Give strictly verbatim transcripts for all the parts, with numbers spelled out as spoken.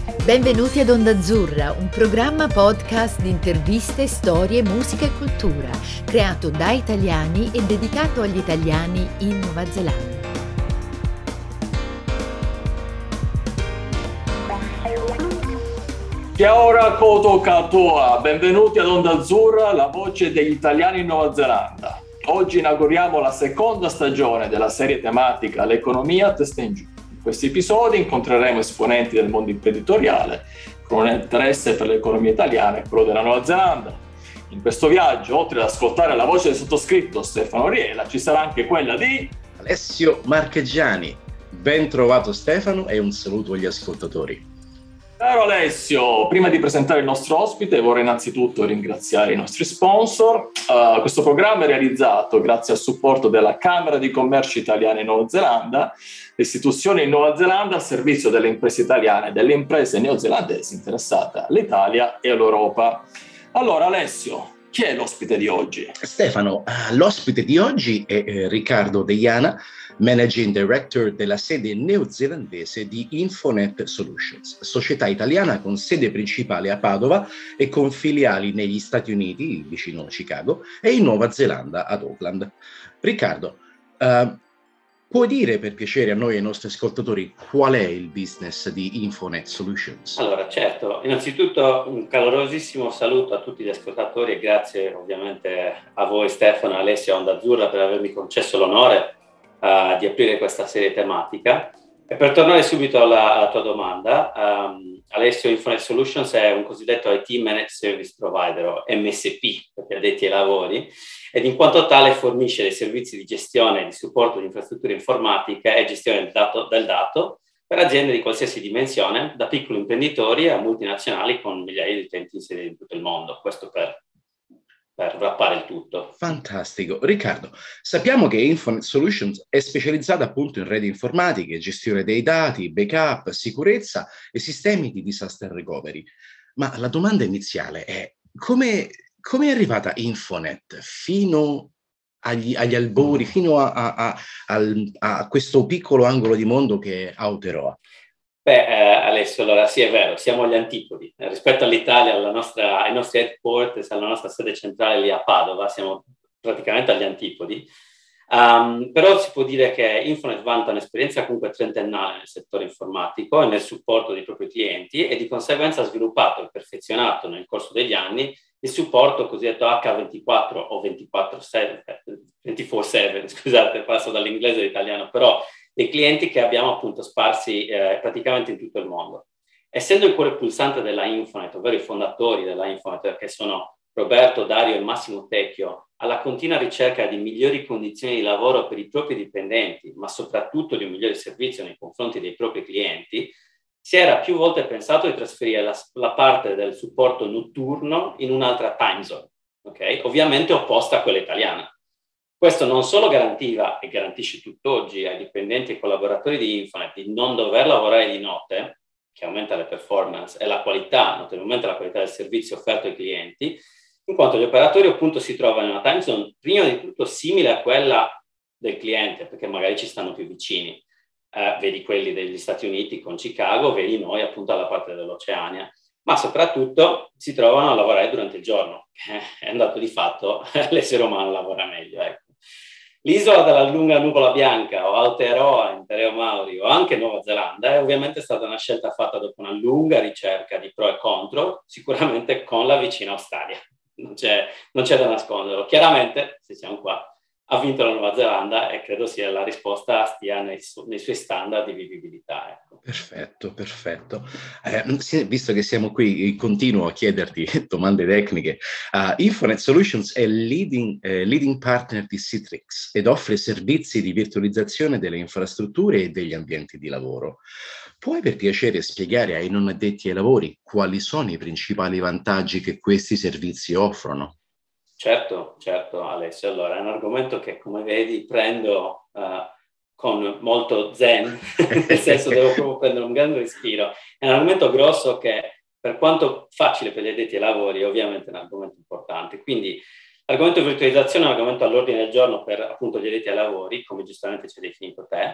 Benvenuti ad Onda Azzurra, un programma podcast di interviste, storie, musica e cultura, creato da italiani e dedicato agli italiani in Nuova Zelanda. Kia ora koto katoa, benvenuti ad Onda Azzurra, la voce degli italiani in Nuova Zelanda. Oggi inauguriamo la seconda stagione della serie tematica L'economia testa in giù. In questi episodi incontreremo esponenti del mondo imprenditoriale con un interesse per l'economia italiana e quello della Nuova Zelanda. In questo viaggio, oltre ad ascoltare la voce del sottoscritto Stefano Riela, ci sarà anche quella di Alessio Marcheggiani. Ben trovato Stefano e un saluto agli ascoltatori. Caro Alessio, prima di presentare il nostro ospite vorrei innanzitutto ringraziare i nostri sponsor. Uh, questo programma è realizzato grazie al supporto della Camera di Commercio Italiana in Nuova Zelanda, l'istituzione in Nuova Zelanda al servizio delle imprese italiane e delle imprese neozelandesi interessate all'Italia e all'Europa. Allora Alessio, chi è l'ospite di oggi? Stefano, uh, l'ospite di oggi è eh, Riccardo Deiana, Managing Director della sede neozelandese di Infonet Solutions, società italiana con sede principale a Padova e con filiali negli Stati Uniti, vicino a Chicago, e in Nuova Zelanda ad Auckland. Riccardo, uh, puoi dire per piacere a noi e ai nostri ascoltatori qual è il business di Infonet Solutions? Allora, certo, innanzitutto un calorosissimo saluto a tutti gli ascoltatori e grazie ovviamente a voi Stefano e Alessio Onda Azzurra per avermi concesso l'onore Uh, di aprire questa serie tematica. E per tornare subito alla, alla tua domanda, um, Alessio Infonet Solutions è un cosiddetto I T Managed Service Provider o M S P per gli addetti ai lavori, ed in quanto tale fornisce dei servizi di gestione e di supporto di infrastrutture informatiche e gestione del dato, del dato per aziende di qualsiasi dimensione, da piccoli imprenditori a multinazionali con migliaia di utenti inseriti in tutto il mondo. Questo per per wrappare il tutto. Fantastico. Riccardo, sappiamo che Infonet Solutions è specializzata appunto in reti informatiche, gestione dei dati, backup, sicurezza e sistemi di disaster recovery. Ma la domanda iniziale è come, come è arrivata Infonet fino agli, agli albori, fino a, a, a, al, a questo piccolo angolo di mondo che è Aotearoa? Beh, eh, Alessio, allora sì, è vero, siamo agli antipodi. Eh, rispetto all'Italia, alla nostra, ai nostri headquarters, alla nostra sede centrale lì a Padova, siamo praticamente agli antipodi. Um, però si può dire che Infonet vanta un'esperienza comunque trentennale nel settore informatico e nel supporto dei propri clienti e di conseguenza ha sviluppato e perfezionato nel corso degli anni il supporto cosiddetto acca ventiquattro o ventiquattro sette, ventiquattro sette, scusate, passo dall'inglese all'italiano, però dei clienti che abbiamo appunto sparsi eh, praticamente in tutto il mondo. Essendo il cuore pulsante della Infonet, ovvero i fondatori della Infonet, che sono Roberto, Dario e Massimo Tecchio, alla continua ricerca di migliori condizioni di lavoro per i propri dipendenti, ma soprattutto di un migliore servizio nei confronti dei propri clienti, si era più volte pensato di trasferire la, la parte del supporto notturno in un'altra time zone, okay? Ovviamente opposta a quella italiana. Questo non solo garantiva e garantisce tutt'oggi ai dipendenti e collaboratori di Infonet di non dover lavorare di notte, che aumenta le performance e la qualità, notevolmente la qualità del servizio offerto ai clienti, in quanto gli operatori appunto si trovano in una time zone prima di tutto simile a quella del cliente, perché magari ci stanno più vicini. Eh, vedi quelli degli Stati Uniti con Chicago, vedi noi appunto alla parte dell'Oceania, ma soprattutto si trovano a lavorare durante il giorno, che è un dato di fatto, l'essere umano lavora meglio, ecco. L'isola della lunga nuvola bianca o Aotearoa in Tereo Mauri o anche Nuova Zelanda è ovviamente stata una scelta fatta dopo una lunga ricerca di pro e contro, sicuramente con la vicina Australia, non c'è, non c'è da nasconderlo. Chiaramente, se siamo qua, ha vinto la Nuova Zelanda e credo sia la risposta stia nei, su- nei suoi standard di vivibilità. Ecco. Perfetto, perfetto. Eh, visto che siamo qui, continuo a chiederti domande tecniche. Uh, Infonet Solutions è leading, eh, leading partner di Citrix ed offre servizi di virtualizzazione delle infrastrutture e degli ambienti di lavoro. Puoi per piacere spiegare ai non addetti ai lavori quali sono i principali vantaggi che questi servizi offrono? Certo, certo Alessio. Allora, è un argomento che, come vedi, prendo uh, con molto zen, nel senso devo proprio prendere un grande respiro. È un argomento grosso che, per quanto facile per gli addetti ai lavori, è ovviamente un argomento importante. Quindi l'argomento virtualizzazione è un argomento all'ordine del giorno per appunto gli addetti ai lavori, come giustamente ci hai definito te,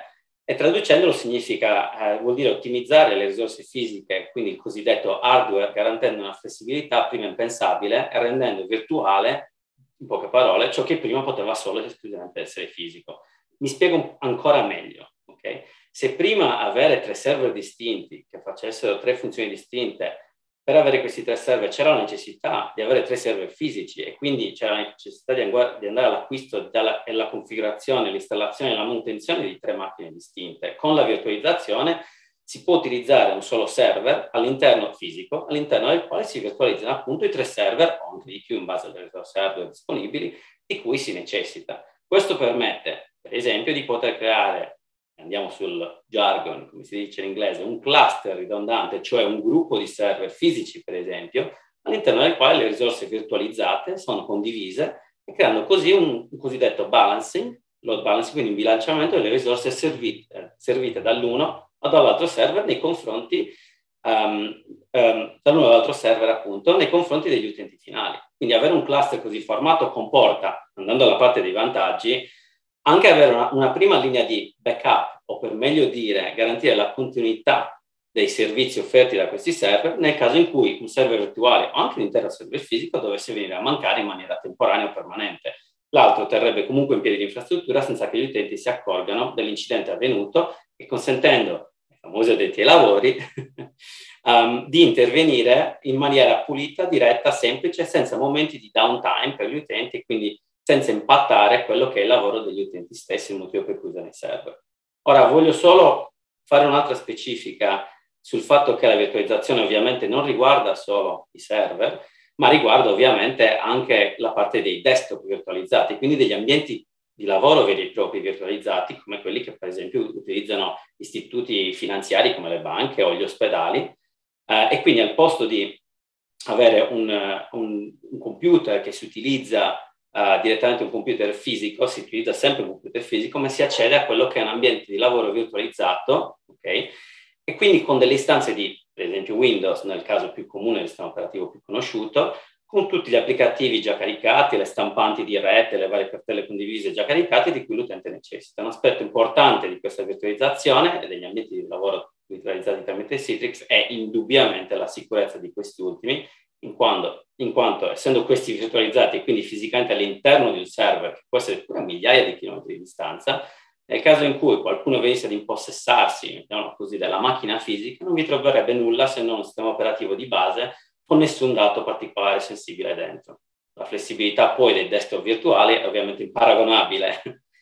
E traducendolo significa, eh, vuol dire ottimizzare le risorse fisiche, quindi il cosiddetto hardware, garantendo una flessibilità prima impensabile e rendendo virtuale, in poche parole, ciò che prima poteva solo ed esclusivamente essere fisico. Mi spiego ancora meglio, ok? Se prima avere tre server distinti che facessero tre funzioni distinte, per avere questi tre server c'era la necessità di avere tre server fisici e quindi c'era la necessità di andare all'acquisto e alla configurazione, l'installazione e la manutenzione di tre macchine distinte. Con la virtualizzazione si può utilizzare un solo server all'interno fisico, all'interno del quale si virtualizzano appunto i tre server o anche di più in base alle risorse hardware disponibili di cui si necessita. Questo permette, per esempio, di poter creare, andiamo sul jargon, come si dice in inglese, un cluster ridondante, cioè un gruppo di server fisici, per esempio, all'interno del quale le risorse virtualizzate sono condivise e creando così un, un cosiddetto balancing, load balancing, quindi un bilanciamento delle risorse servite, servite dall'uno o dall'altro server nei confronti, um, um, dall'uno o dall'altro server appunto, nei confronti degli utenti finali. Quindi avere un cluster così formato comporta, andando alla parte dei vantaggi, anche avere una, una prima linea di backup, o per meglio dire, garantire la continuità dei servizi offerti da questi server nel caso in cui un server virtuale o anche un intero server fisico dovesse venire a mancare in maniera temporanea o permanente. L'altro terrebbe comunque in piedi l'infrastruttura senza che gli utenti si accorgano dell'incidente avvenuto e consentendo ai famosi addetti ai lavori um, di intervenire in maniera pulita, diretta, semplice, senza momenti di downtime per gli utenti e quindi senza impattare quello che è il lavoro degli utenti stessi, il motivo per cui usano i server. Ora, voglio solo fare un'altra specifica sul fatto che la virtualizzazione ovviamente non riguarda solo i server, ma riguarda ovviamente anche la parte dei desktop virtualizzati, quindi degli ambienti di lavoro veri e propri virtualizzati, come quelli che per esempio utilizzano istituti finanziari come le banche o gli ospedali, eh, e quindi al posto di avere un, un, un computer che si utilizza Uh, direttamente un computer fisico, si utilizza sempre un computer fisico, ma si accede a quello che è un ambiente di lavoro virtualizzato, ok? E quindi con delle istanze di, per esempio, Windows, nel caso più comune, il sistema operativo più conosciuto, con tutti gli applicativi già caricati, le stampanti di rete, le varie cartelle condivise già caricate di cui l'utente necessita. Un aspetto importante di questa virtualizzazione e degli ambienti di lavoro virtualizzati tramite Citrix è indubbiamente la sicurezza di questi ultimi, In quanto, in quanto essendo questi virtualizzati e quindi fisicamente all'interno di un server che può essere pure a migliaia di chilometri di distanza, nel caso in cui qualcuno venisse ad impossessarsi, mettiamolo così, della macchina fisica, non vi troverebbe nulla se non un sistema operativo di base con nessun dato particolare sensibile dentro. La flessibilità poi dei desktop virtuali è ovviamente imparagonabile,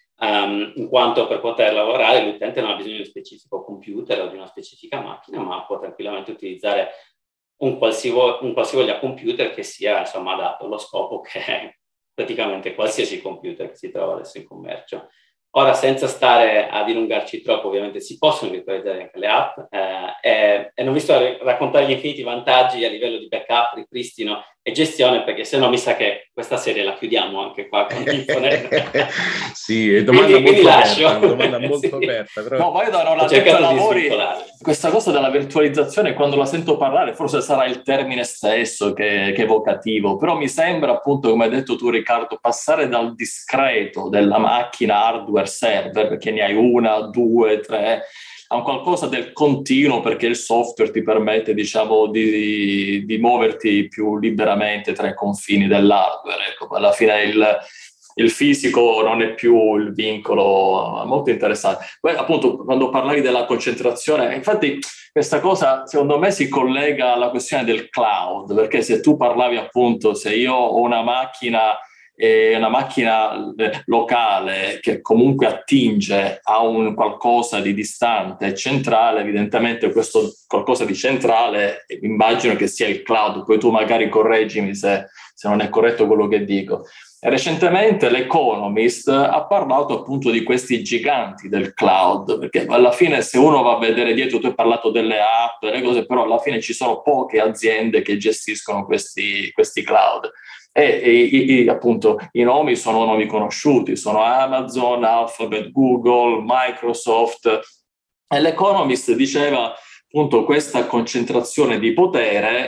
um, in quanto per poter lavorare l'utente non ha bisogno di uno specifico computer o di una specifica macchina, ma può tranquillamente utilizzare un qualsivoglia, un qualsivoglia computer che sia insomma adatto allo scopo che è praticamente qualsiasi computer che si trova adesso in commercio. Ora, senza stare a dilungarci troppo, ovviamente si possono virtualizzare anche le app eh, e, e non vi sto a raccontare gli infiniti vantaggi a livello di backup, ripristino e gestione, perché se no mi sa che questa serie la chiudiamo anche qua con Infonet. Sì, è domanda quindi, molto quindi aperta, domanda molto sì. aperta. Però... No, ma io darò la cercato di lavori. svincolare. Questa cosa della virtualizzazione, quando la sento parlare, forse sarà il termine stesso che, che è evocativo, però mi sembra appunto, come hai detto tu Riccardo, passare dal discreto della macchina hardware server, perché ne hai una, due, tre, a un qualcosa del continuo, perché il software ti permette, diciamo, di, di muoverti più liberamente tra i confini dell'hardware. Ecco, alla fine il, il fisico non è più il vincolo, molto interessante. Poi appunto quando parlavi della concentrazione, infatti questa cosa secondo me si collega alla questione del cloud, perché se tu parlavi appunto, se io ho una macchina è una macchina locale che comunque attinge a un qualcosa di distante e centrale, evidentemente questo qualcosa di centrale immagino che sia il cloud, poi tu magari correggimi se, se non è corretto quello che dico. E recentemente l'Economist ha parlato appunto di questi giganti del cloud, perché alla fine se uno va a vedere dietro, tu hai parlato delle app, delle cose, però alla fine ci sono poche aziende che gestiscono questi, questi cloud. E, e, e appunto i nomi sono nomi conosciuti, sono Amazon, Alphabet, Google, Microsoft, e l'Economist diceva appunto questa concentrazione di potere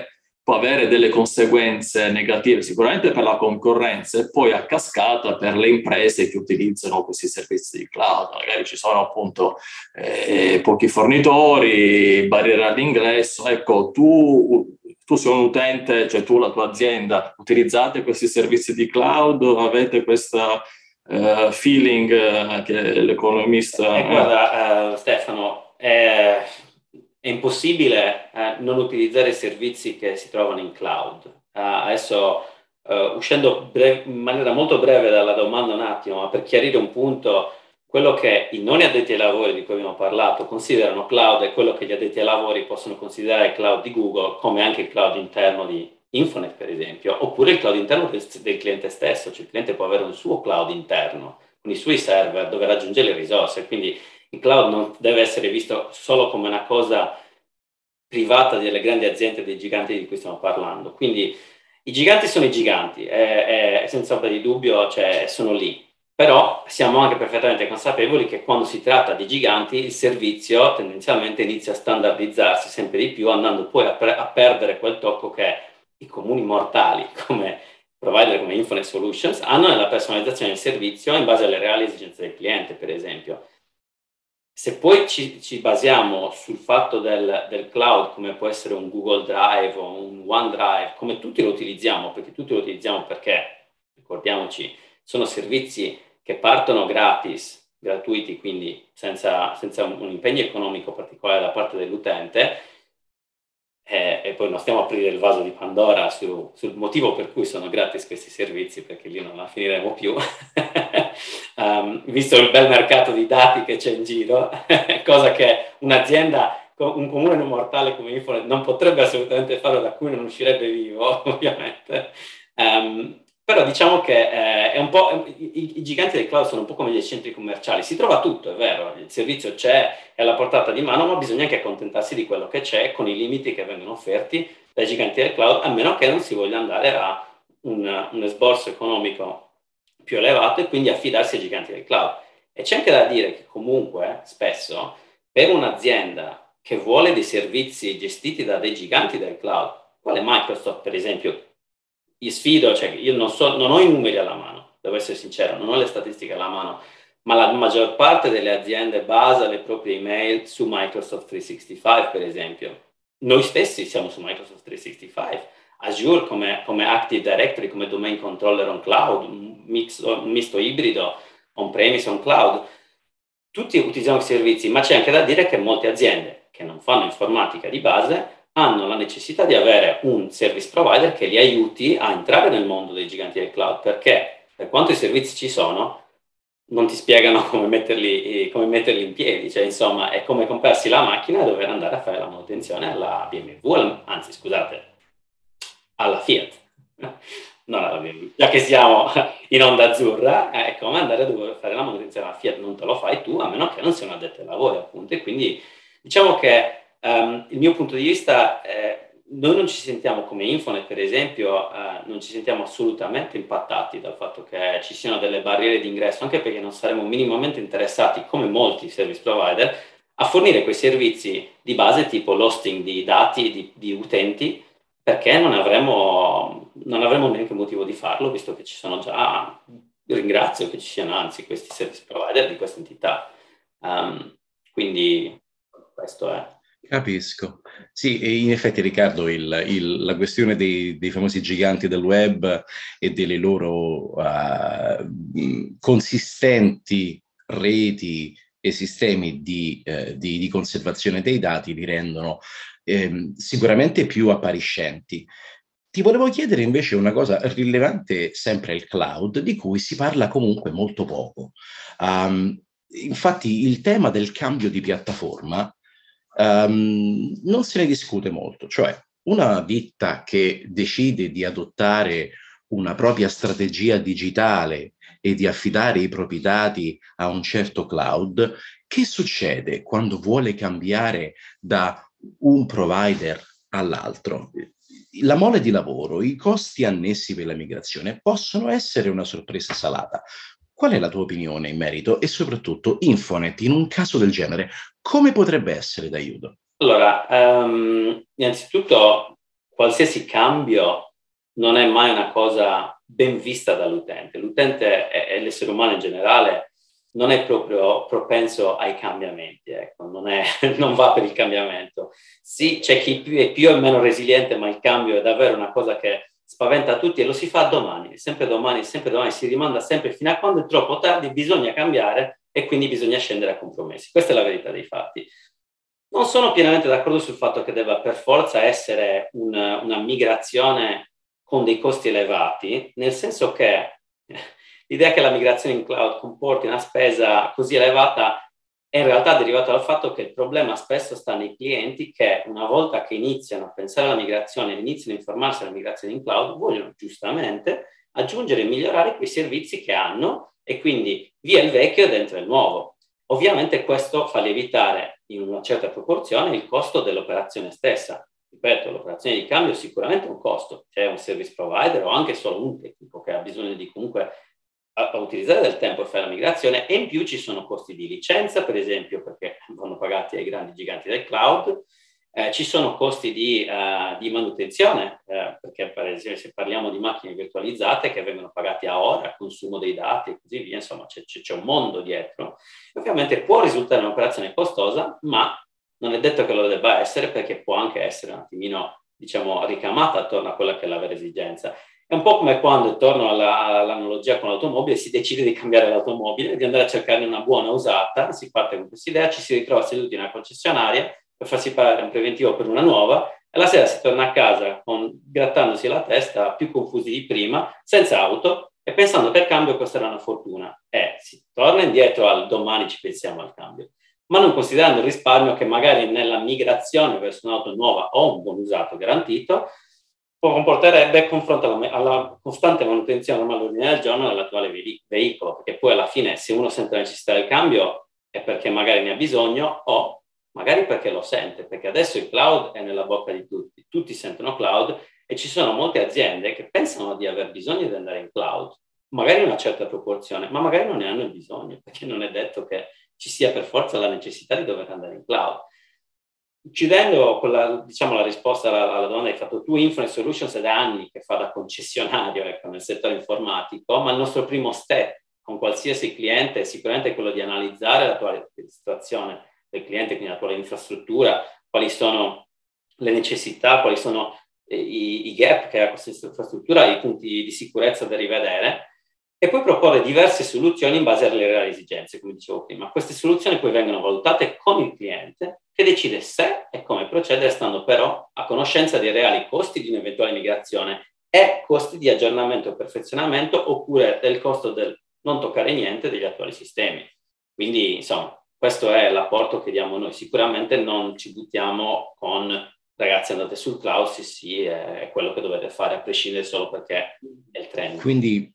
può avere delle conseguenze negative sicuramente per la concorrenza e poi a cascata per le imprese che utilizzano questi servizi di cloud. Magari ci sono appunto eh, pochi fornitori, barriere all'ingresso. Ecco, tu, tu sei un utente, cioè tu, la tua azienda, utilizzate questi servizi di cloud? Avete questa uh, feeling uh, che l'economista... Eh, guarda uh, Stefano, eh... è impossibile eh, non utilizzare servizi che si trovano in cloud. Uh, adesso, uh, uscendo breve, in maniera molto breve dalla domanda un attimo, ma per chiarire un punto, quello che i non addetti ai lavori di cui abbiamo parlato considerano cloud è quello che gli addetti ai lavori possono considerare il cloud di Google, come anche il cloud interno di Infonet, per esempio, oppure il cloud interno del, del cliente stesso. Cioè il cliente può avere un suo cloud interno, con i suoi server, dove raggiunge le risorse. Quindi il cloud non deve essere visto solo come una cosa privata delle grandi aziende, dei giganti di cui stiamo parlando. Quindi i giganti sono i giganti, è, è, senza ombra di dubbio, cioè, sono lì. Però siamo anche perfettamente consapevoli che quando si tratta di giganti il servizio tendenzialmente inizia a standardizzarsi sempre di più, andando poi a, pre- a perdere quel tocco che i comuni mortali come provider come Infonet Solutions hanno nella personalizzazione del servizio in base alle reali esigenze del cliente, per esempio. Se poi ci, ci basiamo sul fatto del, del cloud, come può essere un Google Drive o un OneDrive, come tutti lo utilizziamo, perché tutti lo utilizziamo perché, ricordiamoci, sono servizi che partono gratis, gratuiti, quindi senza, senza un, un impegno economico particolare da parte dell'utente, eh, e poi non stiamo a aprire il vaso di Pandora su, sul motivo per cui sono gratis questi servizi, perché lì non la finiremo più. Um, visto il bel mercato di dati che c'è in giro, cosa che un'azienda, un comune mortale come Infonet non potrebbe assolutamente fare, da cui non uscirebbe vivo, ovviamente. Um, però diciamo che eh, è un po', i, i giganti del cloud sono un po' come gli centri commerciali, si trova tutto, è vero, il servizio c'è, è alla portata di mano, ma bisogna anche accontentarsi di quello che c'è con i limiti che vengono offerti dai giganti del cloud, a meno che non si voglia andare a un, un esborso economico più elevato e quindi affidarsi ai giganti del cloud. E c'è anche da dire che comunque spesso per un'azienda che vuole dei servizi gestiti da dei giganti del cloud, quale Microsoft per esempio, io sfido, cioè io non, so, non ho i numeri alla mano, devo essere sincero, non ho le statistiche alla mano, ma la maggior parte delle aziende basa le proprie email su Microsoft trecentosessantacinque, per esempio. Noi stessi siamo su Microsoft trecentosessantacinque, Azure come, come Active Directory, come Domain Controller on Cloud, un, mix, un misto ibrido on-premise, on cloud. Tutti utilizziamo questi servizi, ma c'è anche da dire che molte aziende che non fanno informatica di base hanno la necessità di avere un service provider che li aiuti a entrare nel mondo dei giganti del cloud, perché per quanto i servizi ci sono, non ti spiegano come metterli, come metterli in piedi, cioè insomma è come comprarsi la macchina e dover andare a fare la manutenzione alla B M W, anzi scusate, alla Fiat, non alla B M W, già che siamo in onda azzurra, è come andare a dover fare la manutenzione alla Fiat, non te lo fai tu, a meno che non sia un addetto ai lavori, appunto, e quindi diciamo che um, il mio punto di vista, eh, noi non ci sentiamo come Infonet, per esempio, eh, non ci sentiamo assolutamente impattati dal fatto che ci siano delle barriere di ingresso, anche perché non saremo minimamente interessati, come molti service provider, a fornire quei servizi di base tipo l'hosting di dati di, di utenti, perché non avremo, non avremo neanche motivo di farlo, visto che ci sono già, ringrazio che ci siano anzi questi service provider di questa entità. Um, quindi questo è. Capisco. Sì, e in effetti Riccardo, il, il, la questione dei, dei famosi giganti del web e delle loro uh, consistenti reti e sistemi di, eh, di, di conservazione dei dati li rendono eh, sicuramente più appariscenti. Ti volevo chiedere invece una cosa rilevante sempre al cloud, di cui si parla comunque molto poco. Um, infatti il tema del cambio di piattaforma Um, non se ne discute molto, cioè una ditta che decide di adottare una propria strategia digitale e di affidare i propri dati a un certo cloud, che succede quando vuole cambiare da un provider all'altro? La mole di lavoro, i costi annessi per la migrazione possono essere una sorpresa salata. Qual è la tua opinione in merito? E soprattutto Infonet, in un caso del genere, come potrebbe essere d'aiuto? Allora, um, innanzitutto qualsiasi cambio non è mai una cosa ben vista dall'utente. L'utente e l'essere umano in generale non è proprio propenso ai cambiamenti, ecco, non, è, non va per il cambiamento. Sì, c'è chi è più o meno resiliente, ma il cambio è davvero una cosa che spaventa tutti e lo si fa domani, sempre domani, sempre domani, si rimanda sempre fino a quando è troppo tardi, bisogna cambiare e quindi bisogna scendere a compromessi. Questa è la verità dei fatti. Non sono pienamente d'accordo sul fatto che debba per forza essere una, una migrazione con dei costi elevati, nel senso che l'idea che la migrazione in cloud comporti una spesa così elevata è in realtà derivata dal fatto che il problema spesso sta nei clienti che una volta che iniziano a pensare alla migrazione, iniziano a informarsi alla migrazione in cloud, vogliono giustamente aggiungere e migliorare quei servizi che hanno e quindi via il vecchio e dentro il nuovo. Ovviamente questo fa lievitare in una certa proporzione il costo dell'operazione stessa. Ripeto, l'operazione di cambio è sicuramente un costo, c'è un service provider o anche solo un tecnico che ha bisogno di comunque a, a utilizzare del tempo per fare la migrazione e in più ci sono costi di licenza, per esempio, perché vanno pagati ai grandi giganti del cloud, eh, ci sono costi di, uh, di manutenzione, eh, perché per esempio se parliamo di macchine virtualizzate che vengono pagate a ora, a consumo dei dati e così via, insomma c'è, c'è, c'è un mondo dietro. Ovviamente può risultare un'operazione costosa, ma non è detto che lo debba essere perché può anche essere un attimino, diciamo, ricamata attorno a quella che è la vera esigenza. È un po' come quando, torno alla, all'analogia con l'automobile, si decide di cambiare l'automobile, di andare a cercarne una buona usata, si parte con questa idea, ci si ritrova seduti in una concessionaria per farsi pagare un preventivo per una nuova e la sera si torna a casa con, grattandosi la testa, più confusi di prima, senza auto e pensando che il cambio costerà una fortuna. E si torna indietro al domani ci pensiamo al cambio, ma non considerando il risparmio che magari nella migrazione verso un'auto nuova o un buon usato garantito comporterebbe confronto alla, alla costante manutenzione all'ordine del giorno dell'attuale ve- veicolo, perché poi alla fine se uno sente la necessità del cambio è perché magari ne ha bisogno o magari perché lo sente, perché adesso il cloud è nella bocca di tutti, tutti sentono cloud e ci sono molte aziende che pensano di aver bisogno di andare in cloud, magari in una certa proporzione, ma magari non ne hanno il bisogno, perché non è detto che ci sia per forza la necessità di dover andare in cloud. Chiudendo con la, diciamo, la risposta alla, alla domanda che hai fatto tu, Infonet Solutions è da anni che fa da concessionario, ecco, nel settore informatico, ma il nostro primo step con qualsiasi cliente è sicuramente quello di analizzare l'attuale situazione del cliente, quindi l'attuale infrastruttura, quali sono le necessità, quali sono i, i gap che ha questa infrastruttura, i punti di sicurezza da rivedere, e poi proporre diverse soluzioni in base alle reali esigenze, come dicevo prima. Queste soluzioni poi vengono valutate con il cliente, che decide se e come procedere, stando però a conoscenza dei reali costi di un'eventuale migrazione e costi di aggiornamento e perfezionamento, oppure del costo del non toccare niente degli attuali sistemi. Quindi, insomma, questo è l'apporto che diamo noi. Sicuramente non ci buttiamo con ragazzi andate sul cloud, sì sì, è quello che dovete fare, a prescindere solo perché è il trend. Quindi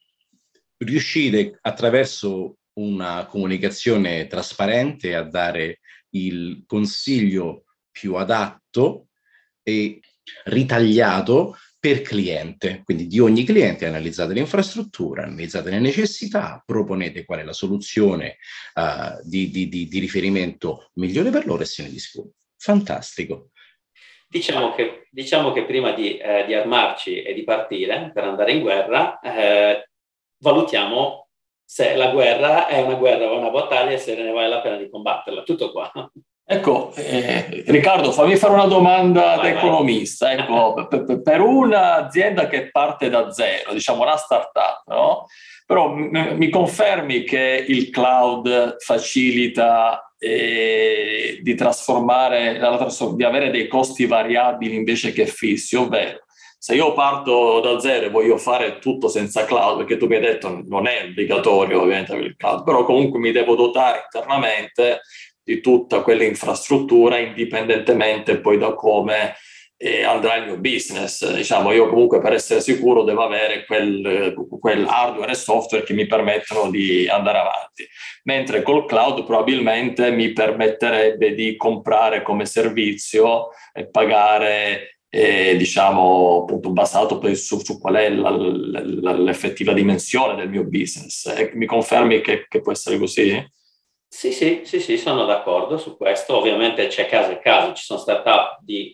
riuscire attraverso una comunicazione trasparente a dare il consiglio più adatto e ritagliato per cliente, quindi di ogni cliente analizzate l'infrastruttura, analizzate le necessità, proponete qual è la soluzione uh, di, di, di, di riferimento migliore per loro e se ne dispone. Fantastico. Diciamo che, diciamo che prima di, eh, di armarci e di partire per andare in guerra, eh, valutiamo se la guerra è una guerra o una battaglia e se ne vale la pena di combatterla. Tutto qua. Ecco, eh, Riccardo, fammi fare una domanda vai, da economista. Vai. Ecco, per, per un'azienda che parte da zero, diciamo una startup, no? Però m- mi confermi che il cloud facilita eh, di trasformare, di avere dei costi variabili invece che fissi, ovvero se io parto da zero e voglio fare tutto senza cloud, perché tu mi hai detto non è obbligatorio ovviamente il cloud, però comunque mi devo dotare internamente di tutta quell'infrastruttura indipendentemente poi da come eh, andrà il mio business. Diciamo, io comunque per essere sicuro devo avere quel, quel hardware e software che mi permettono di andare avanti, mentre col cloud probabilmente mi permetterebbe di comprare come servizio e pagare E, diciamo appunto basato per, su, su qual è la, la, l'effettiva dimensione del mio business. E mi confermi che, che può essere così? Sì, sì, sì, sì, sono d'accordo su questo. Ovviamente c'è caso e caso, ci sono startup di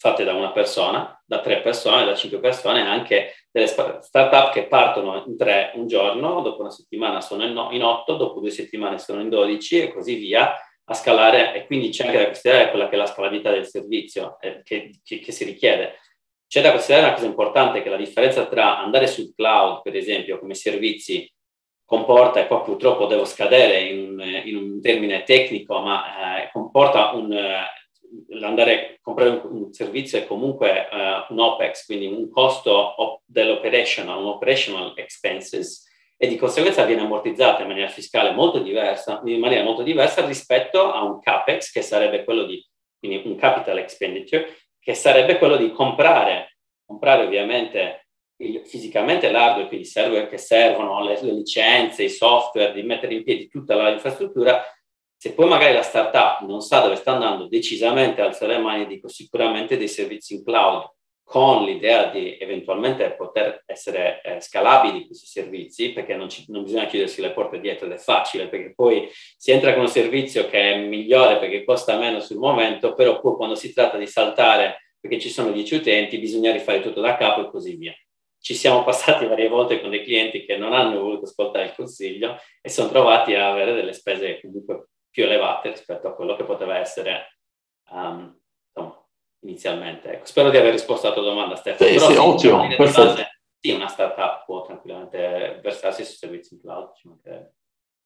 fatte da una persona, da tre persone, da cinque persone, anche delle startup che partono in tre un giorno, dopo una settimana sono in, no, in otto, dopo due settimane sono in dodici e così via, a scalare. E quindi c'è anche da considerare quella che è la scalabilità del servizio eh, che, che, che si richiede. C'è da considerare una cosa importante, che la differenza tra andare sul cloud, per esempio, come servizi, comporta, e qua purtroppo devo scadere in, in un termine tecnico, ma eh, comporta un... Eh, l'andare a comprare un, un servizio è comunque uh, un OPEX, quindi un costo op- dell'operational, un operational expenses, e di conseguenza viene ammortizzata in maniera fiscale molto diversa, in maniera molto diversa rispetto a un CAPEX, che sarebbe quello di, quindi un capital expenditure, che sarebbe quello di comprare, comprare ovviamente il, fisicamente l'hardware, quindi i server che servono, le, le licenze, i software, di mettere in piedi tutta l'infrastruttura. Se poi magari la startup non sa dove sta andando, decisamente alzare le mani, dico sicuramente dei servizi in cloud, con l'idea di eventualmente poter essere eh, scalabili questi servizi, perché non, ci, non bisogna chiudersi le porte dietro ed è facile, perché poi si entra con un servizio che è migliore perché costa meno sul momento, però poi quando si tratta di saltare perché ci sono dieci utenti bisogna rifare tutto da capo e così via. Ci siamo passati varie volte con dei clienti che non hanno voluto ascoltare il consiglio e sono trovati a avere delle spese comunque più elevate rispetto a quello che poteva essere um, insomma, inizialmente. Ecco, spero di aver risposto alla tua domanda, Stefano. Sì, Però sì, sì, ottimo, diciamo, perfetto. base, sì, una startup può tranquillamente versarsi su servizi in cloud. Ci mancherebbe.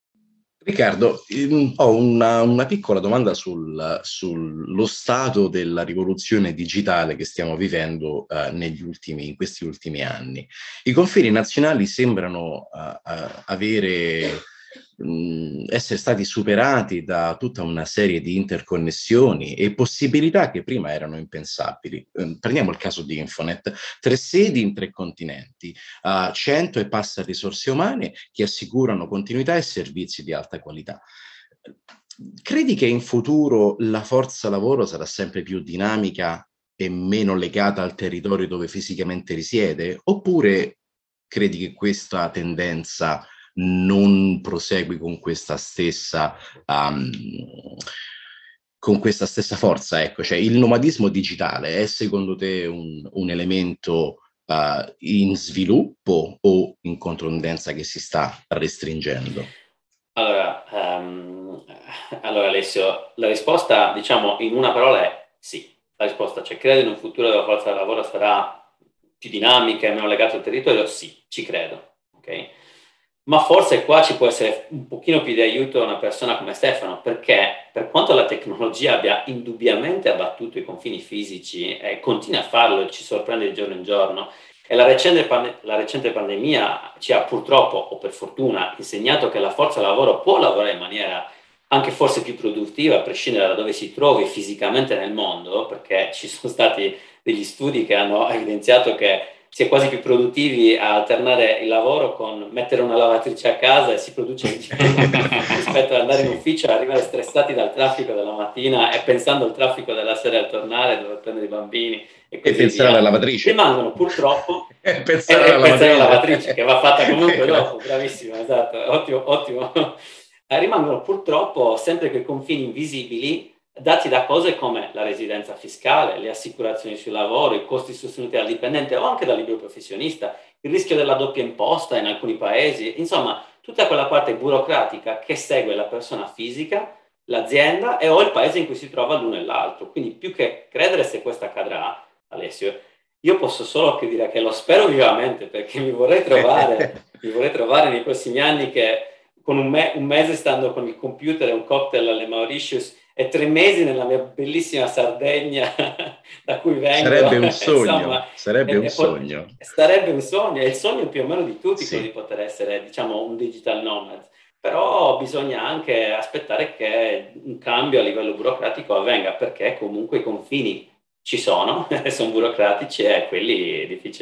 Riccardo, ehm, ho una, una piccola domanda sul, sullo stato della rivoluzione digitale che stiamo vivendo uh, negli ultimi, in questi ultimi anni. I confini nazionali sembrano uh, uh, avere, mh, essere stati superati da tutta una serie di interconnessioni e possibilità che prima erano impensabili. Eh, prendiamo il caso di Infonet, tre sedi in tre continenti, uh, cento e passa risorse umane che assicurano continuità e servizi di alta qualità. Credi che in futuro la forza lavoro sarà sempre più dinamica e meno legata al territorio dove fisicamente risiede? Oppure credi che questa tendenza non prosegui con questa stessa um, con questa stessa forza? Ecco, cioè il nomadismo digitale è secondo te un, un elemento uh, in sviluppo o in controtendenza che si sta restringendo? Allora, um, allora Alessio, la risposta, diciamo, in una parola è sì. La risposta c'è. Credo in un futuro dove la forza del lavoro sarà più dinamica e meno legata al territorio? Sì, ci credo. Ok? Ma forse qua ci può essere un pochino più di aiuto una persona come Stefano, perché per quanto la tecnologia abbia indubbiamente abbattuto i confini fisici e continua a farlo e ci sorprende di giorno in giorno, e la recente, pande- la recente pandemia ci ha purtroppo, o per fortuna, insegnato che la forza lavoro può lavorare in maniera anche forse più produttiva, a prescindere da dove si trovi fisicamente nel mondo, perché ci sono stati degli studi che hanno evidenziato che si è quasi più produttivi a alternare il lavoro con mettere una lavatrice a casa e si produce di più rispetto ad andare in ufficio e arrivare stressati dal traffico della mattina e pensando al traffico della sera al tornare, dove prendere i bambini e così E pensare via. alla lavatrice. Rimangono purtroppo e pensare, e, alla, e pensare alla lavatrice. lavatrice che va fatta comunque dopo, bravissimo, esatto, ottimo, ottimo. Eh, rimangono purtroppo sempre quei confini invisibili dati da cose come la residenza fiscale, le assicurazioni sul lavoro, i costi sostenuti dal dipendente o anche dal libero professionista, il rischio della doppia imposta in alcuni paesi, insomma tutta quella parte burocratica che segue la persona fisica, l'azienda e o il paese in cui si trova l'uno e l'altro. Quindi più che credere se questo accadrà, Alessio, io posso solo che dire che lo spero vivamente, perché mi vorrei trovare, mi vorrei trovare nei prossimi anni che con un, me- un mese stando con il computer e un cocktail alle Mauritius e tre mesi nella mia bellissima Sardegna da cui vengo. Sarebbe un sogno, Insomma, sarebbe e, un e sogno. pot- sarebbe un sogno, è il sogno più o meno di tutti, Sì. quello di poter essere, diciamo, un digital nomad. Però bisogna anche aspettare che un cambio a livello burocratico avvenga, perché comunque i confini ci sono, sono burocratici e quelli è difficile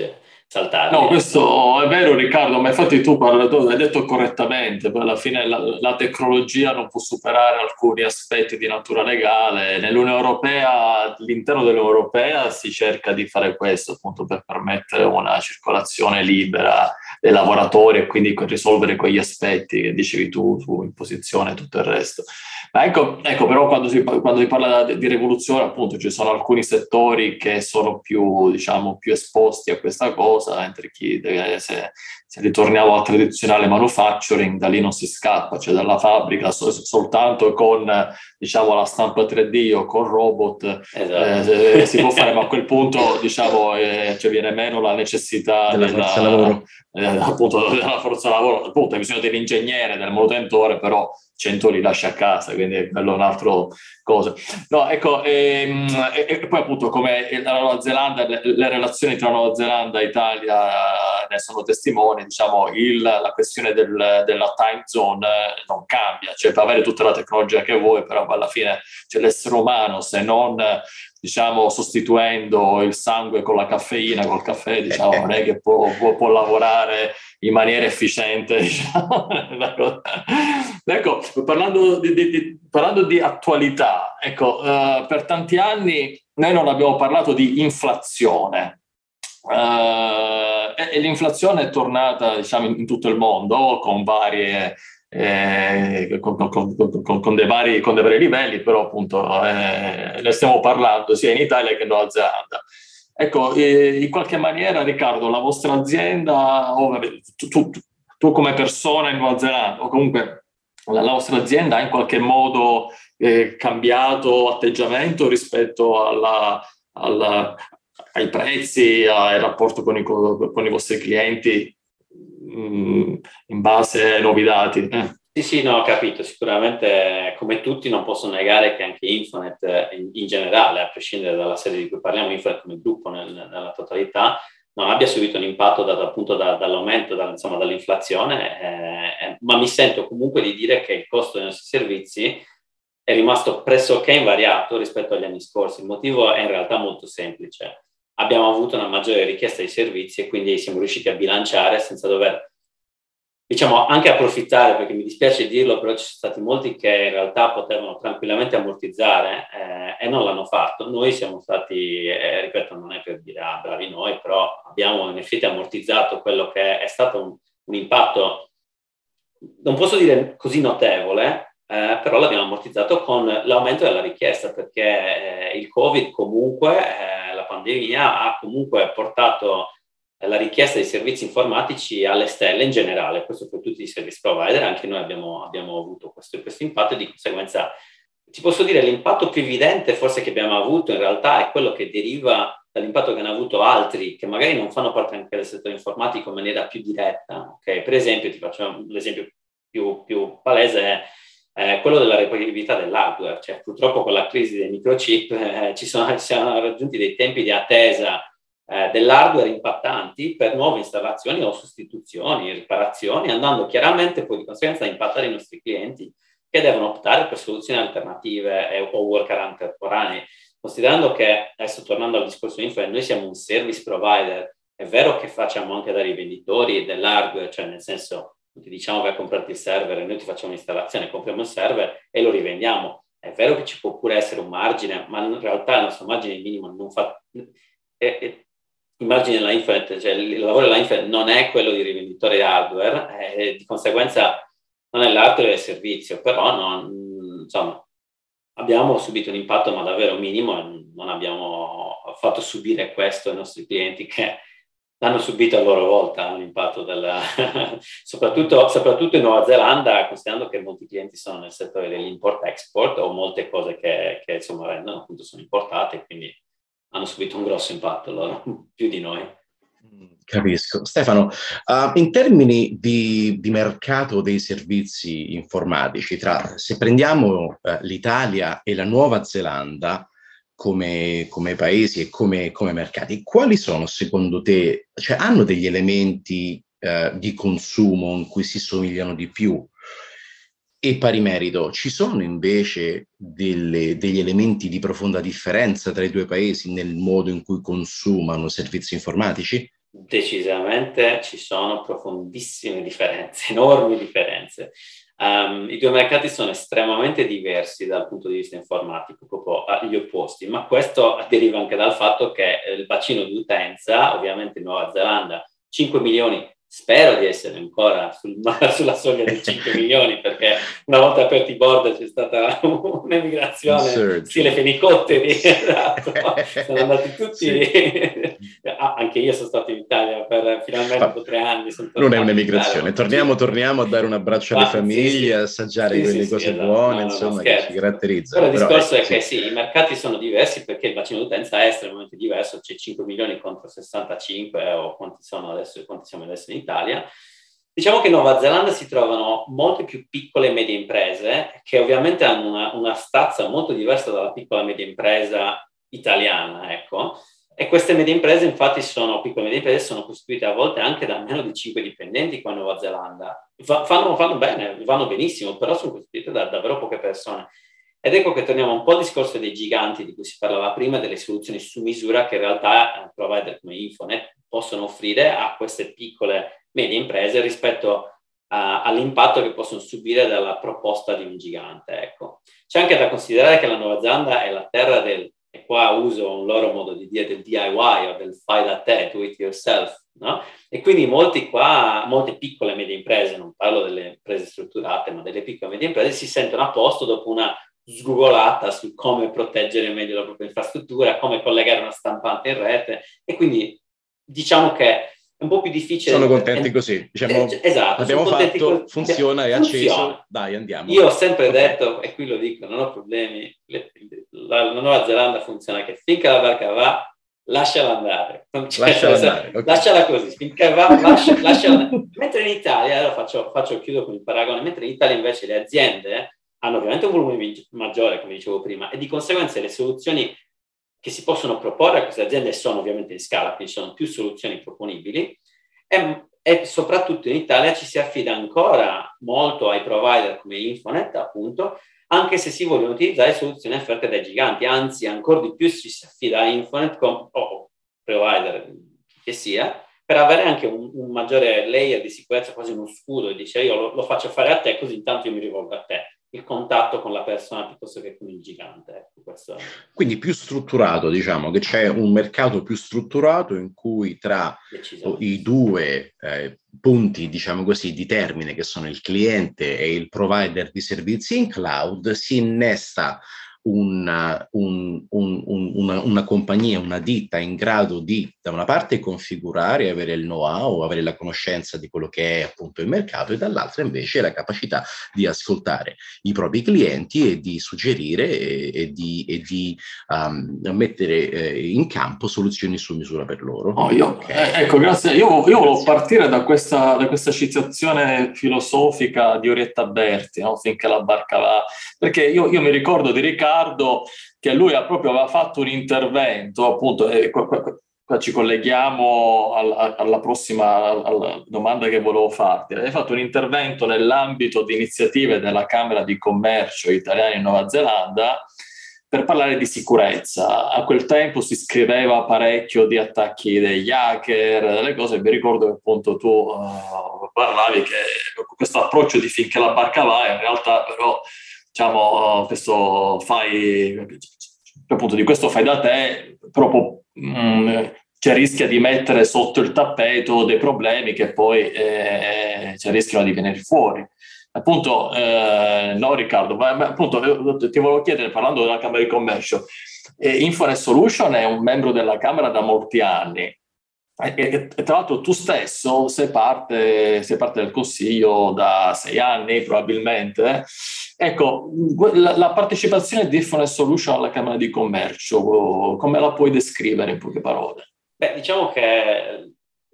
saltarli. No, questo è vero Riccardo, ma infatti tu, parla, tu hai detto correttamente, poi alla fine la, la tecnologia non può superare alcuni aspetti di natura legale. Nell'Unione Europea, all'interno dell'Unione Europea si cerca di fare questo appunto per permettere una circolazione libera dei lavoratori e quindi risolvere quegli aspetti che dicevi tu, su imposizione e tutto il resto. Ma ecco, ecco però quando si, quando si parla di, di rivoluzione appunto ci sono alcuni settori che sono più, diciamo, più esposti a questa cosa, mentre chi deve, se, se ritorniamo al tradizionale manufacturing, da lì non si scappa, cioè dalla fabbrica so, soltanto con, diciamo, la stampa tre D o con robot, esatto. eh, si può fare, ma a quel punto, diciamo, eh, cioè viene meno la necessità della della forza lavoro. Eh, appunto della forza lavoro, appunto hai bisogno dell'ingegnere, del manutentore, però cento li lascia a casa, quindi quello è un'altra cosa. No, ecco, ehm, e, e poi appunto come la Nuova Zelanda, le, le relazioni tra Nuova Zelanda e Italia ne sono testimoni, diciamo, il, la questione del, della time zone non cambia, cioè per avere tutta la tecnologia che vuoi, però alla fine c'è l'essere umano, se non diciamo sostituendo il sangue con la caffeina, col caffè, diciamo, non è che può, può, può lavorare in maniera efficiente, diciamo. Ecco, parlando di, di, parlando di attualità, ecco, uh, per tanti anni noi non abbiamo parlato di inflazione. Uh, e, e l'inflazione è tornata, diciamo, in, in tutto il mondo con varie Eh, con, con, con, con, dei vari, con dei vari livelli, però appunto eh, ne stiamo parlando sia in Italia che in Nuova Zelanda. Ecco, eh, in qualche maniera Riccardo, la vostra azienda, o vabbè, tu, tu, tu come persona in Nuova Zelanda, o comunque la, la vostra azienda ha in qualche modo eh, cambiato atteggiamento rispetto alla, alla, ai prezzi, al rapporto con i, con i vostri clienti, in base ai nuovi dati. Eh. Sì, sì, no, ho capito. Sicuramente, come tutti, non posso negare che anche Infonet in, in generale, a prescindere dalla serie di cui parliamo, Infonet come gruppo nel, nella totalità, non abbia subito un impatto da, appunto da, dall'aumento, da, insomma, dall'inflazione, eh, ma mi sento comunque di dire che il costo dei nostri servizi è rimasto pressoché invariato rispetto agli anni scorsi. Il motivo è in realtà molto semplice. Abbiamo avuto una maggiore richiesta di servizi e quindi siamo riusciti a bilanciare senza dover, diciamo, anche approfittare, perché mi dispiace dirlo, però ci sono stati molti che in realtà potevano tranquillamente ammortizzare eh, e non l'hanno fatto. Noi siamo stati, eh, ripeto, non è per dire ah, bravi noi, però abbiamo in effetti ammortizzato quello che è stato un, un impatto, non posso dire così notevole, eh, però l'abbiamo ammortizzato con l'aumento della richiesta, perché eh, il Covid comunque, eh, la pandemia ha comunque portato la richiesta di servizi informatici alle stelle in generale, questo per tutti i service provider, anche noi abbiamo, abbiamo avuto questo, questo impatto e di conseguenza ti posso dire l'impatto più evidente forse che abbiamo avuto in realtà è quello che deriva dall'impatto che hanno avuto altri che magari non fanno parte anche del settore informatico in maniera più diretta. Okay? Per esempio, ti faccio l'esempio più, più palese, è eh, quello della reperibilità dell'hardware, cioè purtroppo con la crisi dei microchip eh, ci, sono, ci siamo raggiunti dei tempi di attesa Eh, dell'hardware impattanti per nuove installazioni o sostituzioni, riparazioni, andando chiaramente poi di conseguenza a impattare i nostri clienti che devono optare per soluzioni alternative eh, o workaround temporanei. Considerando che, adesso tornando al discorso info, noi siamo un service provider, è vero che facciamo anche dai rivenditori dell'hardware, cioè nel senso ti diciamo vai a comprarti il server e noi ti facciamo un'installazione, compriamo il server e lo rivendiamo. È vero che ci può pure essere un margine, ma in realtà il nostro margine minimo non fa... È, è, il margine della Infonet, cioè il lavoro della Infonet non è quello di rivenditore hardware, eh, di conseguenza non è l'hardware del servizio, però non, insomma, abbiamo subito un impatto ma davvero minimo e non abbiamo fatto subire questo ai nostri clienti che l'hanno subito a loro volta l'impatto della soprattutto, soprattutto in Nuova Zelanda, considerando che molti clienti sono nel settore dell'import-export o molte cose che, che insomma vendono appunto sono importate, quindi hanno subito un grosso impatto loro, più di noi. Capisco. Stefano, uh, in termini di, di mercato dei servizi informatici, tra, se prendiamo uh, l'Italia e la Nuova Zelanda come, come paesi e come, come mercati, quali sono secondo te, cioè hanno degli elementi uh, di consumo in cui si somigliano di più? E pari merito, ci sono invece delle, degli elementi di profonda differenza tra i due paesi nel modo in cui consumano servizi informatici? Decisamente ci sono profondissime differenze, enormi differenze. Um, I due mercati sono estremamente diversi dal punto di vista informatico, proprio agli opposti, ma questo deriva anche dal fatto che il bacino di utenza, ovviamente in Nuova Zelanda, cinque milioni, spero di essere ancora sul, sulla soglia dei cinque milioni, perché una volta aperti i border c'è stata un'emigrazione stile fenicotteri, esatto. Sono andati tutti, sì. ah, anche io sono stato in Italia per finalmente dopo tre anni. Sono non è un'emigrazione, torniamo, torniamo a dare un abbraccio alle ah, famiglie, sì, sì. assaggiare sì, quelle sì, cose sì, esatto. buone, no, no, insomma, no, che ci caratterizzano. Però il Però, discorso eh, è sì. che sì, i mercati sono diversi perché il bacino d'utenza è estremamente diverso, c'è cinque milioni contro sessantacinque eh, o quanti sono adesso, quanti siamo adesso in Italia. Diciamo che in Nuova Zelanda si trovano molte più piccole e medie imprese che ovviamente hanno una, una stazza molto diversa dalla piccola e media impresa italiana, ecco. E queste medie imprese, infatti, sono piccole e medie imprese, sono costituite a volte anche da meno di cinque dipendenti qua in Nuova Zelanda. Fa, fanno, fanno bene, vanno benissimo, però sono costituite da davvero poche persone. Ed ecco che torniamo un po' al discorso dei giganti di cui si parlava prima, delle soluzioni su misura che in realtà provider come Infonet possono offrire a queste piccole medie imprese rispetto a, all'impatto che possono subire dalla proposta di un gigante. Ecco. C'è anche da considerare che la Nuova Zelanda è la terra del, e qua uso un loro modo di dire, del D I Y o del fai da te, do it yourself, no? E quindi molti qua, molte piccole e medie imprese, non parlo delle imprese strutturate, ma delle piccole e medie imprese, si sentono a posto dopo una sgoogolata su come proteggere meglio la propria infrastruttura, come collegare una stampante in rete, e quindi diciamo che è un po' più difficile. Sono contenti così, diciamo, esatto, abbiamo fatto, con... funziona, è funziona. acceso, dai andiamo. Io ho sempre okay. detto, e qui lo dico, non ho problemi, le, la, la Nuova Zelanda funziona che finché la barca va, lasciala andare. Cioè, lasciala, andare okay. lasciala così, finché va, lascia, lasciala andare. Mentre in Italia, allora faccio, faccio, chiudo con il paragone, mentre in Italia invece le aziende hanno ovviamente un volume maggiore, come dicevo prima, e di conseguenza le soluzioni che si possono proporre a queste aziende sono ovviamente in scala, quindi ci sono più soluzioni proponibili, e, e soprattutto in Italia ci si affida ancora molto ai provider come Infonet, appunto, anche se si vogliono utilizzare soluzioni offerte dai giganti, anzi ancora di più ci si affida a Infonet com- o provider che sia, per avere anche un, un maggiore layer di sicurezza, quasi uno scudo, e dice io lo, lo faccio fare a te, così intanto io mi rivolgo a te. Il contatto con la persona piuttosto che con il gigante. Ecco, questo. Quindi più strutturato, diciamo che c'è un mercato più strutturato in cui tra i due eh, punti, diciamo così, di termine che sono il cliente e il provider di servizi in cloud si innesta una, un, un, un, una, una compagnia, una ditta in grado di, da una parte, configurare, avere il know-how, avere la conoscenza di quello che è appunto il mercato, e dall'altra invece la capacità di ascoltare i propri clienti e di suggerire e, e di, e di um, mettere eh, in campo soluzioni su misura per loro. Oh, io, okay. eh, ecco, grazie. Io, io volevo partire da questa, da questa citazione filosofica di Orietta Berti, no? Finché la barca va, perché io, io mi ricordo di Riccardo che lui ha proprio aveva fatto un intervento, appunto, eh, qua, qua, qua ci colleghiamo alla, alla prossima alla domanda che volevo farti. Hai fatto un intervento nell'ambito di iniziative della Camera di Commercio italiana in Nuova Zelanda per parlare di sicurezza. A quel tempo si scriveva parecchio di attacchi degli hacker, delle cose. Mi ricordo che appunto tu uh, parlavi che questo approccio di finché la barca va, in realtà però diciamo, questo fai, appunto di questo fai da te, proprio mh, c'è rischia di mettere sotto il tappeto dei problemi che poi eh, c'è rischiano di venire fuori. Appunto, eh, no Riccardo, ma, ma appunto ti volevo chiedere, parlando della Camera di Commercio, eh, Infonet Solution è un membro della Camera da molti anni. E, e, e tra l'altro tu stesso sei parte, sei parte del Consiglio da sei anni probabilmente. Ecco, la, la partecipazione di Infonet Solution alla Camera di Commercio, come la puoi descrivere in poche parole? Beh, diciamo che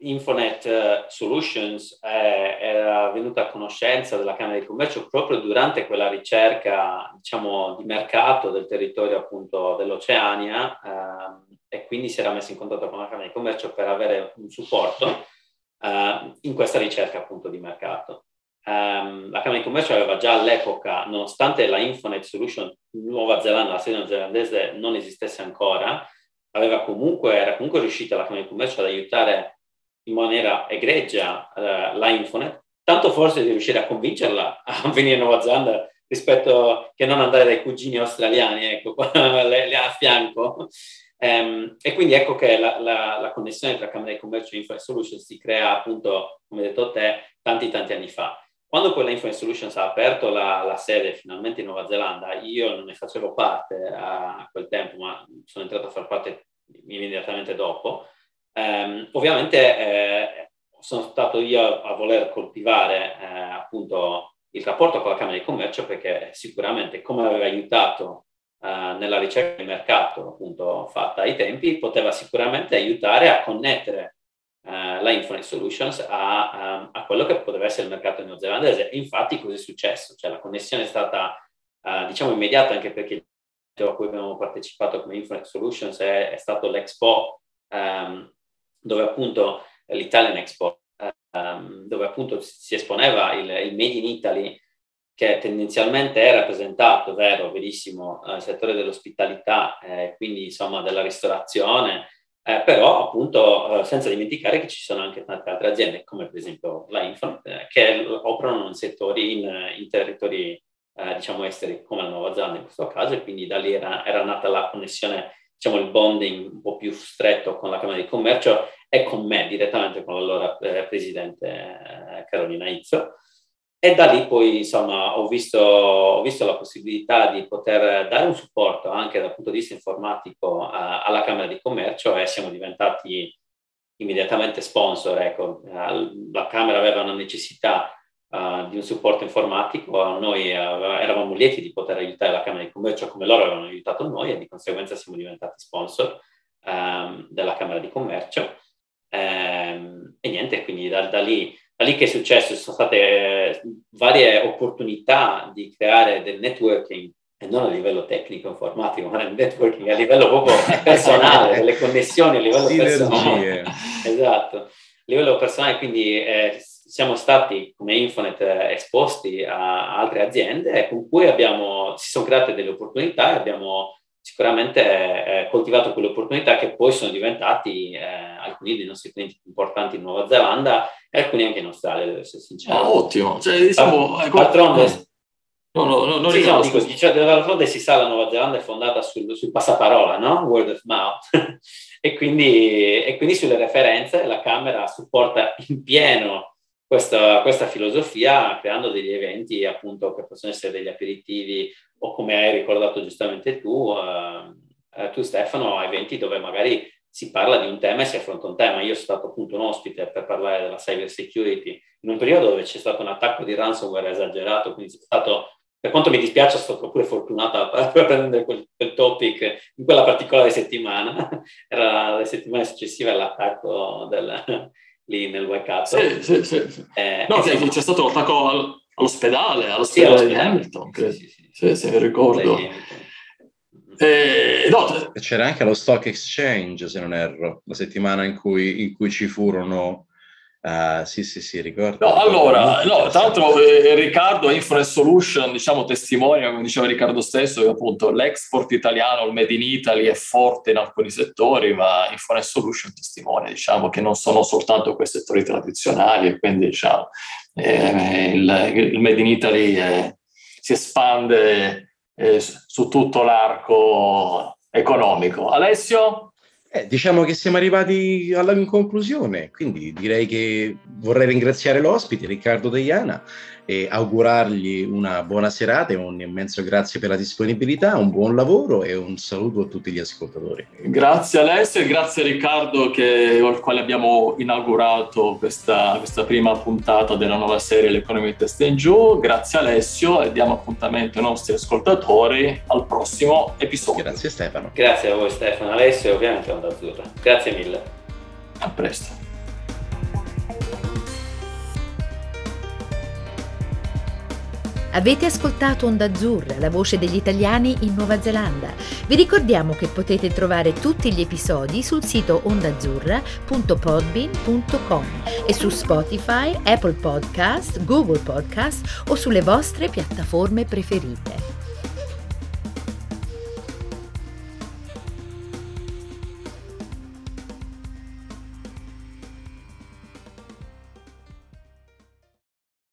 Infonet Solutions eh, era venuta a conoscenza della Camera di Commercio proprio durante quella ricerca, diciamo, di mercato del territorio appunto dell'Oceania, eh, e quindi si era messo in contatto con la Camera di Commercio per avere un supporto eh, in questa ricerca appunto di mercato. Um, la Camera di Commercio aveva già all'epoca, nonostante la Infonet Solution in Nuova Zelanda, la sede neozelandese non esistesse ancora, aveva comunque, era comunque riuscita la Camera di Commercio ad aiutare in maniera egregia uh, la Infonet, tanto forse di riuscire a convincerla a venire in Nuova Zelanda rispetto che non andare dai cugini australiani, ecco, le, le a fianco. Um, e quindi ecco che la, la, la connessione tra Camera di Commercio e Infonet Solutions si crea appunto, come hai detto te, tanti tanti anni fa. Quando poi la Infonet Solutions ha aperto la, la sede finalmente in Nuova Zelanda, io non ne facevo parte a, a quel tempo, ma sono entrato a far parte immediatamente dopo. Um, ovviamente eh, sono stato io a voler coltivare eh, appunto il rapporto con la Camera di Commercio, perché sicuramente, come aveva aiutato uh, nella ricerca di mercato appunto fatta ai tempi, poteva sicuramente aiutare a connettere Uh, la Infonet Solutions a, um, a quello che poteva essere il mercato neozelandese. E infatti così è successo, cioè la connessione è stata uh, diciamo immediata, anche perché il a cui abbiamo partecipato come Infonet Solutions è, è stato l'Expo, um, dove appunto l'Italian Expo, um, dove appunto si esponeva il, il Made in Italy, che tendenzialmente è rappresentato, vero, verissimo, nel settore dell'ospitalità, eh, quindi insomma della ristorazione. Eh, però appunto eh, senza dimenticare che ci sono anche tante altre aziende, come per esempio la Infonet, eh, che operano in settori, in, in territori eh, diciamo esteri, come la Nuova Zelanda in questo caso, e quindi da lì era, era nata la connessione, diciamo il bonding un po' più stretto con la Camera di Commercio e con me direttamente, con l'allora eh, presidente eh, Carolina Izzo. E da lì poi, insomma, ho visto, ho visto la possibilità di poter dare un supporto anche dal punto di vista informatico uh, alla Camera di Commercio, e siamo diventati immediatamente sponsor. Ecco. Uh, la Camera aveva una necessità uh, di un supporto informatico, noi uh, eravamo lieti di poter aiutare la Camera di Commercio come loro avevano aiutato noi, e di conseguenza siamo diventati sponsor um, della Camera di Commercio. Um, e niente, quindi da, da lì Da lì che è successo, ci sono state eh, varie opportunità di creare del networking, e non a livello tecnico informatico, ma del networking a livello proprio personale, delle connessioni a livello personale. Esatto, a livello personale, quindi eh, siamo stati come Infonet eh, esposti a, a altre aziende con cui abbiamo, si sono create delle opportunità, e abbiamo sicuramente eh, coltivato quelle opportunità che poi sono diventati eh, alcuni dei nostri clienti più importanti in Nuova Zelanda e alcuni anche in Australia, devo essere sincero. Ah, ottimo, cioè diciamo... Ah, d'altronde... No, no, no, non sì, ricordo, no, dico, cioè, d'altronde si sa, la Nuova Zelanda è fondata sul, sul passaparola, no? Word of mouth. e, quindi, e quindi sulle referenze la Camera supporta in pieno questa, questa filosofia, creando degli eventi appunto che possono essere degli aperitivi, o come hai ricordato giustamente tu, uh, uh, tu Stefano, eventi dove magari si parla di un tema e si affronta un tema. Io sono stato appunto un ospite per parlare della cyber security in un periodo dove c'è stato un attacco di ransomware esagerato, quindi è stato, per quanto mi dispiace, sono stato pure fortunata per prendere quel, quel topic in quella particolare settimana. Era la settimana successiva all'attacco del, lì nel Waikato. Sì, sì, sì. sì. Eh, no, che c'è stato l'attacco al, all'ospedale, all'ospedale, sì, all'ospedale di Hamilton, credo. Sì, sì, sì. Sì, sì, mi ricordo. Eh, no, c'era anche lo Stock Exchange, se non erro, la settimana in cui, in cui ci furono... Uh, sì, sì, sì, ricordo. No, ricordo allora, no, tra l'altro eh, Riccardo, Infonet Solution, diciamo, testimonia, come diceva Riccardo stesso, che appunto l'export italiano, il Made in Italy è forte in alcuni settori, ma Infonet Solution testimonia, diciamo, che non sono soltanto quei settori tradizionali, e quindi, diciamo, eh, il, il Made in Italy eh, si espande eh, su tutto l'arco economico. Alessio? Eh, diciamo che siamo arrivati alla in conclusione, quindi direi che vorrei ringraziare l'ospite Riccardo Deiana e augurargli una buona serata e un immenso grazie per la disponibilità, un buon lavoro e un saluto a tutti gli ascoltatori. Grazie Alessio e grazie Riccardo, che, con il quale abbiamo inaugurato questa, questa prima puntata della nuova serie L'Economia Testa in Giù. Grazie Alessio e diamo appuntamento ai nostri ascoltatori al prossimo episodio. Grazie Stefano. Grazie a voi Stefano, Alessio e ovviamente Onda Azzurra. Grazie mille. A presto. Avete ascoltato Onda Azzurra, la voce degli italiani in Nuova Zelanda. Vi ricordiamo che potete trovare tutti gli episodi sul sito ondaazzurra punto podbean punto com e su Spotify, Apple Podcast, Google Podcast o sulle vostre piattaforme preferite.